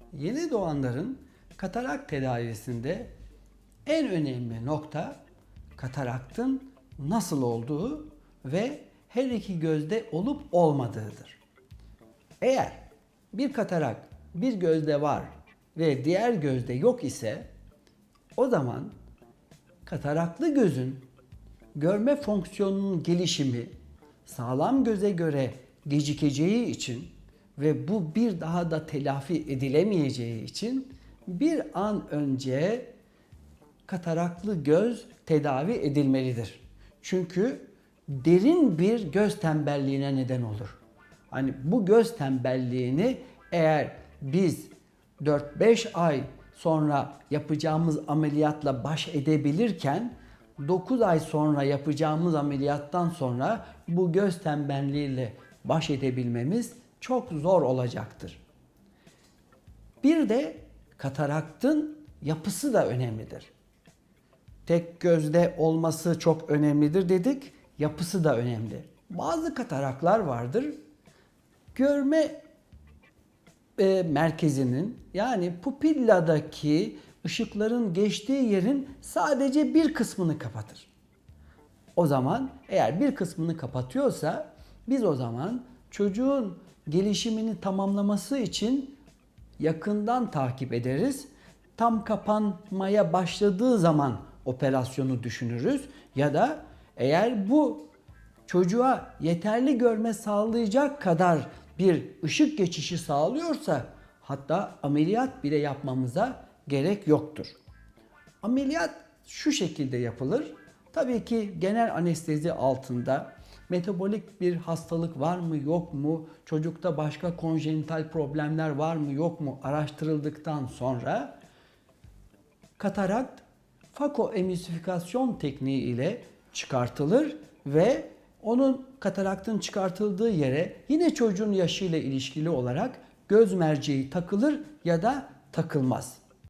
Yeni doğanların katarak tedavisinde en önemli nokta kataraktın nasıl olduğu ve her iki gözde olup olmadığıdır. Eğer bir katarak bir gözde var ve diğer gözde yok ise o zaman kataraklı gözün görme fonksiyonunun gelişimi sağlam göze göre gecikeceği için ve bu bir daha da telafi edilemeyeceği için bir an önce kataraklı göz tedavi edilmelidir. Çünkü derin bir göz tembelliğine neden olur. Hani bu göz tembelliğini eğer biz 4-5 ay sonra yapacağımız ameliyatla baş edebilirken 9 ay sonra yapacağımız ameliyattan sonra bu göz tembelliğiyle baş edebilmemiz çok zor olacaktır. Bir de kataraktın yapısı da önemlidir. Tek gözde olması çok önemlidir dedik, yapısı da önemli. Bazı kataraklar vardır, görme merkezinin yani pupilladaki ışıkların geçtiği yerin sadece bir kısmını kapatır. O zaman eğer bir kısmını kapatıyorsa biz o zaman çocuğun gelişimini tamamlaması için yakından takip ederiz. Tam kapanmaya başladığı zaman operasyonu düşünürüz ya da eğer bu çocuğa yeterli görme sağlayacak kadar bir ışık geçişi sağlıyorsa hatta ameliyat bile yapmamıza gerek yoktur. Ameliyat şu şekilde yapılır. Tabii ki genel anestezi altında metabolik bir hastalık var mı yok mu, çocukta başka konjenital problemler var mı yok mu araştırıldıktan sonra katarakt fakoemülsifikasyon tekniği ile çıkartılır ve onun kataraktın çıkartıldığı yere yine çocuğun yaşıyla ilişkili olarak göz merceği takılır ya da takılmaz.